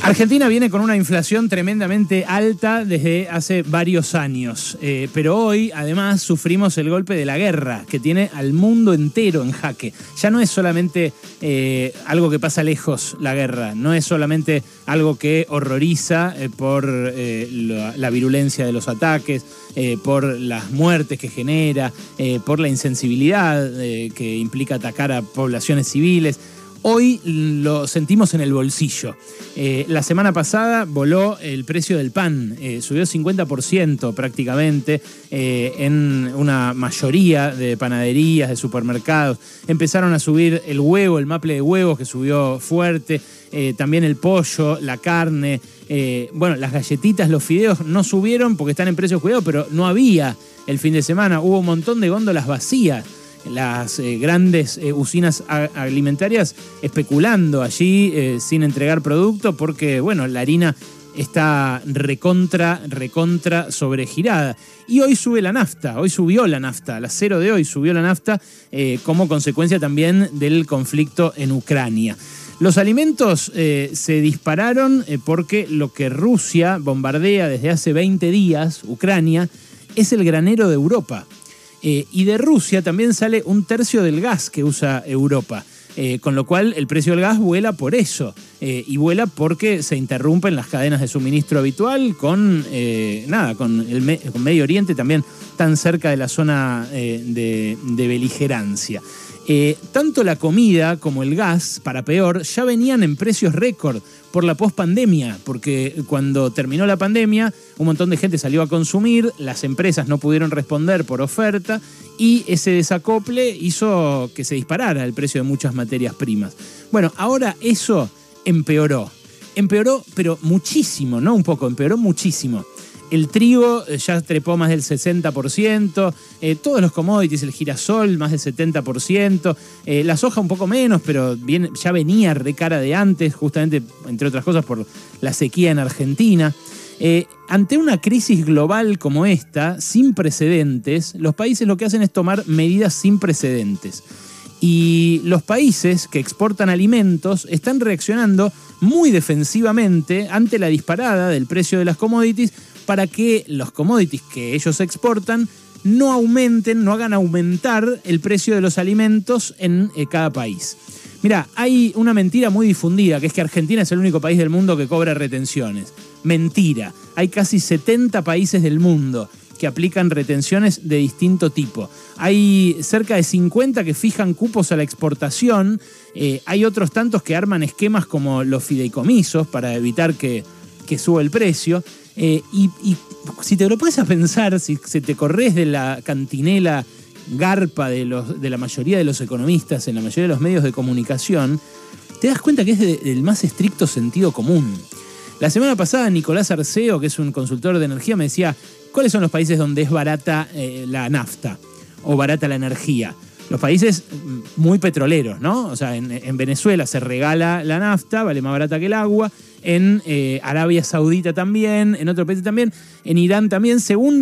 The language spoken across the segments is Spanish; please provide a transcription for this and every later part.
Argentina viene con una inflación tremendamente alta desde hace varios años, pero hoy además sufrimos el golpe de la guerra que tiene al mundo entero en jaque. Ya no es solamente algo que pasa lejos la guerra, no es solamente algo que horroriza por la virulencia de los ataques, por las muertes que genera, por la insensibilidad que implica atacar a poblaciones civiles. Hoy lo sentimos en el bolsillo. La semana pasada voló el precio del pan, subió 50% prácticamente en una mayoría de panaderías, de supermercados. Empezaron a subir el huevo, el maple de huevos que subió fuerte, también el pollo, la carne. Bueno, las galletitas, los fideos no subieron porque están en precios cuidados, pero no había el fin de semana. Hubo un montón de góndolas vacías. Las grandes usinas alimentarias especulando allí sin entregar producto porque, bueno, la harina está recontra sobregirada. Y hoy sube la nafta, hoy subió la nafta, a las 0 de hoy subió la nafta como consecuencia también del conflicto en Ucrania. Los alimentos se dispararon porque lo que Rusia bombardea desde hace 20 días, Ucrania, es el granero de Europa. Y de Rusia también sale un tercio del gas que usa Europa, con lo cual el precio del gas vuela por eso, y vuela porque se interrumpen las cadenas de suministro habitual con Medio Oriente también tan cerca de la zona de beligerancia. Tanto la comida como el gas, para peor, ya venían en precios récord por la pospandemia, porque cuando terminó la pandemia, un montón de gente salió a consumir, las empresas no pudieron responder por oferta y ese desacople hizo que se disparara el precio de muchas materias primas. Bueno, ahora eso empeoró, pero muchísimo, no un poco, empeoró muchísimo. El trigo ya trepó más del 60%, todos los commodities, el girasol más del 70%, la soja un poco menos, pero ya venía re cara de antes, justamente, entre otras cosas, por la sequía en Argentina. Ante una crisis global como esta, sin precedentes, los países lo que hacen es tomar medidas sin precedentes. Y los países que exportan alimentos están reaccionando muy defensivamente ante la disparada del precio de las commodities para que los commodities que ellos exportan no aumenten, no hagan aumentar el precio de los alimentos en cada país. Mirá, hay una mentira muy difundida, que es que Argentina es el único país del mundo que cobra retenciones. Mentira. Hay casi 70 países del mundo que aplican retenciones de distinto tipo. Hay cerca de 50 que fijan cupos a la exportación. Hay otros tantos que arman esquemas como los fideicomisos para evitar que suba el precio. Y si te lo pones a pensar, si se te corres de la cantinela garpa de la mayoría de los economistas en la mayoría de los medios de comunicación, te das cuenta que es del más estricto sentido común. La semana pasada Nicolás Arceo, que es un consultor de energía, me decía ¿cuáles son los países donde es barata la nafta o barata la energía? Los países muy petroleros, ¿no? O sea, en Venezuela se regala la nafta, vale más barata que el agua. En Arabia Saudita también, en otros países también, en Irán también, según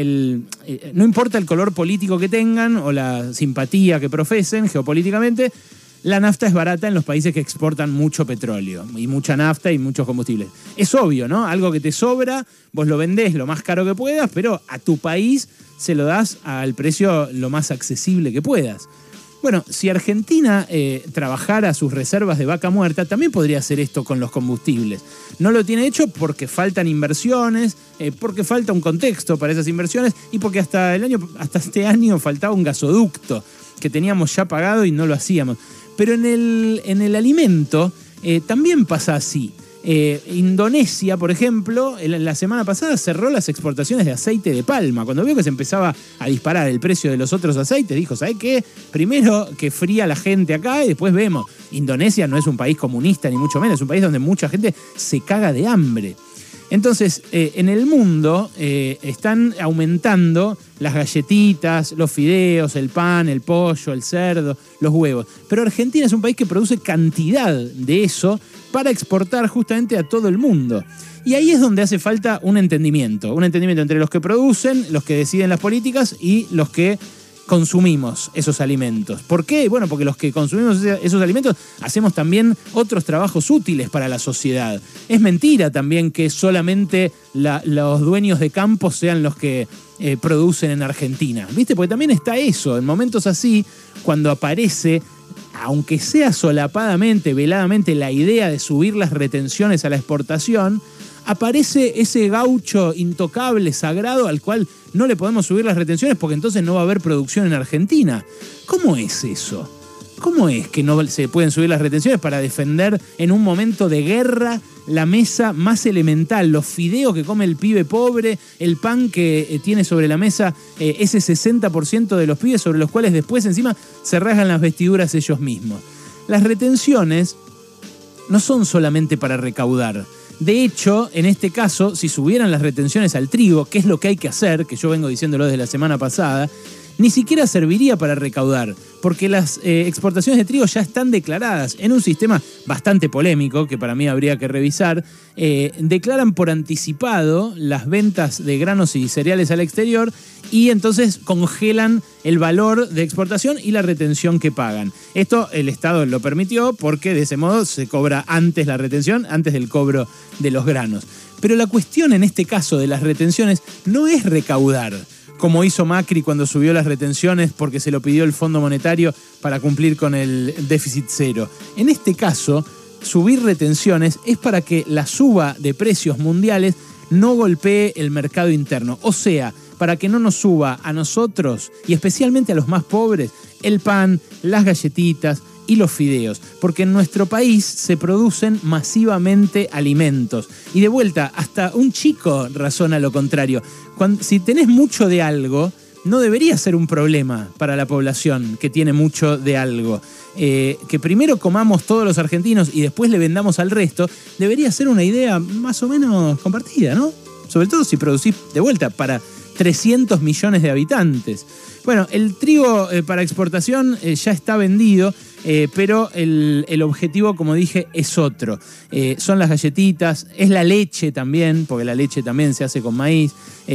no importa el color político que tengan o la simpatía que profesen geopolíticamente, la nafta es barata en los países que exportan mucho petróleo y mucha nafta y muchos combustibles. Es obvio, ¿no? Algo que te sobra, vos lo vendés lo más caro que puedas, pero a tu país se lo das al precio lo más accesible que puedas. Bueno, si Argentina trabajara sus reservas de vaca muerta, también podría hacer esto con los combustibles. No lo tiene hecho porque faltan inversiones, porque falta un contexto para esas inversiones y porque hasta este año faltaba un gasoducto que teníamos ya pagado y no lo hacíamos. Pero en el alimento también pasa así. Indonesia, por ejemplo, la semana pasada cerró las exportaciones de aceite de palma. Cuando vio que se empezaba a disparar el precio de los otros aceites, dijo, ¿sabés qué? Primero que fría la gente acá y después vemos. Indonesia no es un país comunista ni mucho menos, es un país donde mucha gente se caga de hambre. Entonces, en el mundo están aumentando las galletitas, los fideos, el pan, el pollo, el cerdo, los huevos. Pero Argentina es un país que produce cantidad de eso para exportar justamente a todo el mundo. Y ahí es donde hace falta un entendimiento entre los que producen, los que deciden las políticas y los que consumimos esos alimentos. ¿Por qué? Bueno, porque los que consumimos esos alimentos hacemos también otros trabajos útiles para la sociedad. Es mentira también que solamente los dueños de campos sean los que producen en Argentina, ¿viste? Porque también está eso, en momentos así, cuando aparece, aunque sea solapadamente, veladamente, la idea de subir las retenciones a la exportación, aparece ese gaucho intocable, sagrado, al cual no le podemos subir las retenciones porque entonces no va a haber producción en Argentina. ¿Cómo es eso? ¿Cómo es que no se pueden subir las retenciones para defender en un momento de guerra la mesa más elemental, los fideos que come el pibe pobre, el pan que tiene sobre la mesa ese 60% de los pibes sobre los cuales después encima se rasgan las vestiduras ellos mismos? Las retenciones no son solamente para recaudar. De hecho, en este caso, si subieran las retenciones al trigo, que es lo que hay que hacer, que yo vengo diciéndolo desde la semana pasada, ni siquiera serviría para recaudar, porque las exportaciones de trigo ya están declaradas en un sistema bastante polémico, que para mí habría que revisar. Declaran por anticipado las ventas de granos y cereales al exterior y entonces congelan el valor de exportación y la retención que pagan. Esto el Estado lo permitió porque de ese modo se cobra antes la retención, antes del cobro de los granos. Pero la cuestión en este caso de las retenciones no es recaudar, como hizo Macri cuando subió las retenciones porque se lo pidió el Fondo Monetario para cumplir con el déficit cero. En este caso, subir retenciones es para que la suba de precios mundiales no golpee el mercado interno. O sea, para que no nos suba a nosotros, y especialmente a los más pobres, el pan, las galletitas y los fideos, porque en nuestro país se producen masivamente alimentos. Y de vuelta, hasta un chico razona lo contrario. Si tenés mucho de algo, no debería ser un problema para la población que tiene mucho de algo. Que primero comamos todos los argentinos y después le vendamos al resto, debería ser una idea más o menos compartida, ¿no? Sobre todo si producís de vuelta para 300 millones de habitantes. Bueno, el trigo para exportación ya está vendido, pero el objetivo, como dije, es otro. Son las galletitas, es la leche también, porque la leche también se hace con maíz,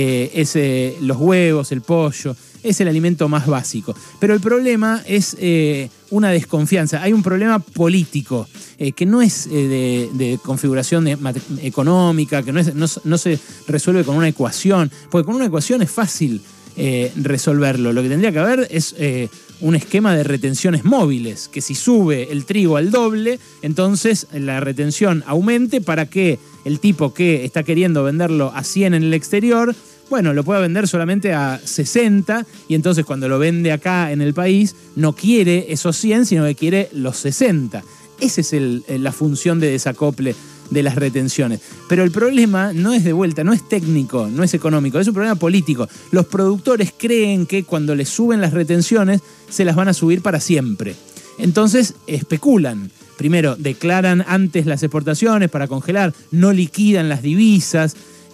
es los huevos, el pollo, es el alimento más básico. Pero el problema es una desconfianza. Hay un problema político que no es de configuración económica, que no se resuelve con una ecuación, porque con una ecuación es fácil resolverlo. Lo que tendría que haber es un esquema de retenciones móviles, que si sube el trigo al doble, entonces la retención aumente para que el tipo que está queriendo venderlo a 100 en el exterior, bueno, lo pueda vender solamente a 60 y entonces cuando lo vende acá en el país no quiere esos 100, sino que quiere los 60. Esa es la función de desacople de las retenciones. Pero el problema no es de vuelta, no es técnico, no es económico, es un problema político. Los productores creen que cuando les suben las retenciones se las van a subir para siempre. Entonces especulan. Primero, declaran antes las exportaciones para congelar, no liquidan las divisas,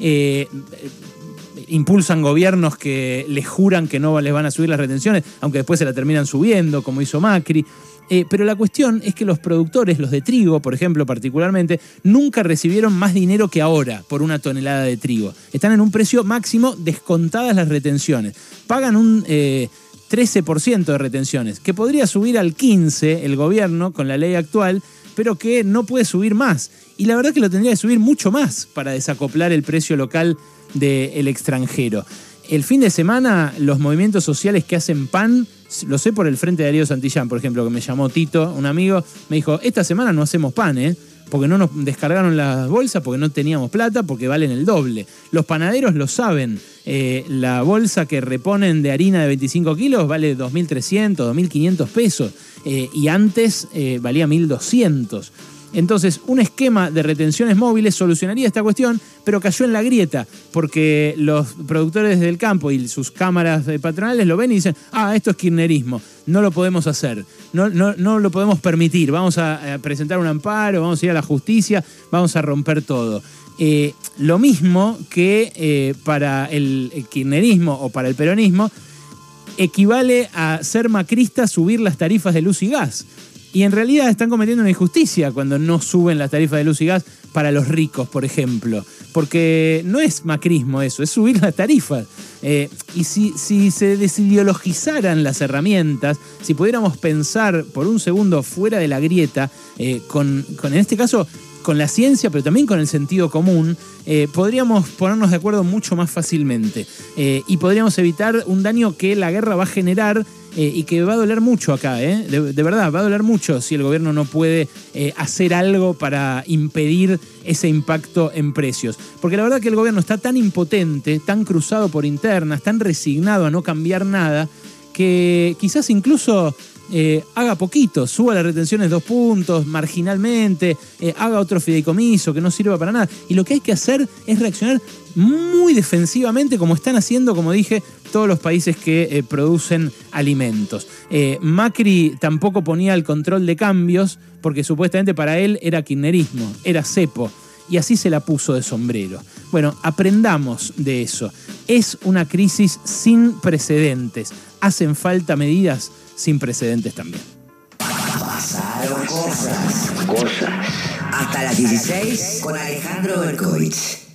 impulsan gobiernos que les juran que no les van a subir las retenciones, aunque después se la terminan subiendo, como hizo Macri. Pero la cuestión es que los productores, los de trigo, por ejemplo, particularmente, nunca recibieron más dinero que ahora por una tonelada de trigo. Están en un precio máximo descontadas las retenciones. Pagan un 13% de retenciones, que podría subir al 15% el gobierno con la ley actual, pero que no puede subir más. Y la verdad que lo tendría que subir mucho más para desacoplar el precio local del extranjero. El fin de semana, los movimientos sociales que hacen pan, lo sé por el Frente de Darío Santillán, por ejemplo, que me llamó Tito, un amigo, me dijo, esta semana no hacemos pan, porque no nos descargaron las bolsas, porque no teníamos plata, porque valen el doble. Los panaderos lo saben, la bolsa que reponen de harina de 25 kilos vale 2.300, 2.500 pesos, y antes valía 1.200. Entonces, un esquema de retenciones móviles solucionaría esta cuestión, pero cayó en la grieta, porque los productores del campo y sus cámaras patronales lo ven y dicen, esto es kirchnerismo, no lo podemos hacer, no lo podemos permitir, vamos a presentar un amparo, vamos a ir a la justicia, vamos a romper todo. Lo mismo que para el kirchnerismo o para el peronismo, equivale a ser macrista subir las tarifas de luz y gas. Y en realidad están cometiendo una injusticia cuando no suben las tarifas de luz y gas para los ricos, por ejemplo. porque no es macrismo eso, es subir las tarifas. Y si se desideologizaran las herramientas, si pudiéramos pensar por un segundo fuera de la grieta, con en este caso con la ciencia, pero también con el sentido común, podríamos ponernos de acuerdo mucho más fácilmente. Y podríamos evitar un daño que la guerra va a generar y que va a doler mucho acá. De verdad, va a doler mucho si el gobierno no puede hacer algo para impedir ese impacto en precios. Porque la verdad que el gobierno está tan impotente, tan cruzado por internas, tan resignado a no cambiar nada, que quizás incluso haga poquito, suba las retenciones 2 puntos, marginalmente, haga otro fideicomiso que no sirva para nada. Y lo que hay que hacer es reaccionar muy defensivamente, como están haciendo, como dije, todos los países que producen alimentos. Macri tampoco ponía el control de cambios, porque supuestamente para él era kirchnerismo, era cepo. Y así se la puso de sombrero. Bueno, aprendamos de eso. Es una crisis sin precedentes. Hacen falta medidas sin precedentes también. Pasaron cosas. Hasta las 16 con Alejandro Berkovich.